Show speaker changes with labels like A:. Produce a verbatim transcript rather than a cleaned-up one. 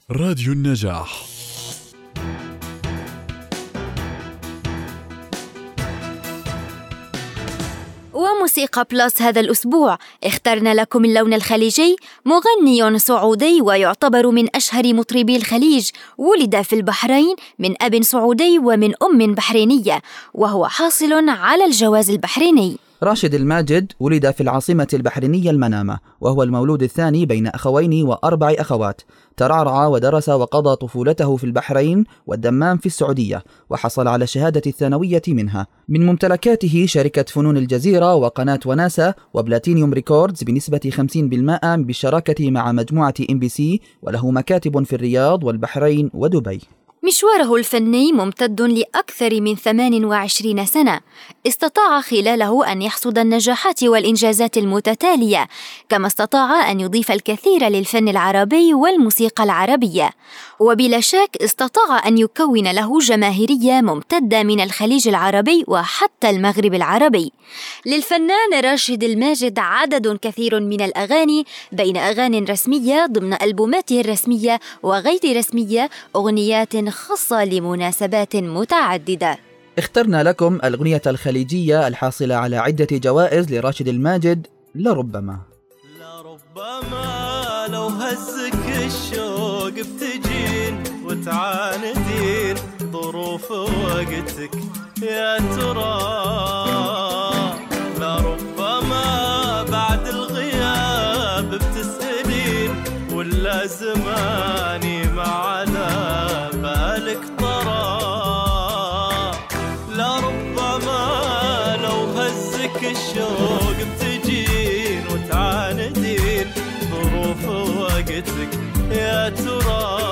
A: راديو النجاح.
B: وموسيقى بلس هذا الأسبوع اخترنا لكم اللون الخليجي، مغني سعودي ويعتبر من أشهر مطربي الخليج، ولد في البحرين من أب سعودي ومن أم بحرينية، وهو حاصل على الجواز البحريني.
C: راشد الماجد ولد في العاصمة البحرينية المنامة، وهو المولود الثاني بين أخوين وأربع أخوات. ترعرع ودرس وقضى طفولته في البحرين والدمام في السعودية، وحصل على شهادة الثانوية منها. من ممتلكاته شركة فنون الجزيرة وقناة وناسا وبلاتينيوم ريكوردز بنسبة خمسين بالمئة بالشراكة مع مجموعة إم بي سي، وله مكاتب في الرياض والبحرين ودبي.
B: مشواره الفني ممتد لأكثر من ثمان وعشرين سنة، استطاع خلاله أن يحصد النجاحات والإنجازات المتتالية، كما استطاع أن يضيف الكثير للفن العربي والموسيقى العربية، وبلا شك استطاع أن يكون له جماهيرية ممتدة من الخليج العربي وحتى المغرب العربي. للفنان راشد الماجد عدد كثير من الأغاني، بين أغاني رسمية ضمن ألبوماته الرسمية وغير رسمية، أغنيات خاصة لمناسبات متعددة.
C: اخترنا لكم الأغنية الخليجية الحاصلة على عدة جوائز لراشد الماجد، لربما.
D: لربما لو هزك الشوق بتجين وتعاندين ظروف وقتك يا ترى، لربما بعد الغياب بتسألين ولا زماني معنا بالك طرى، لربما لو هزك الشوق بتجين وتعاندين ظروف وقتك يا ترى.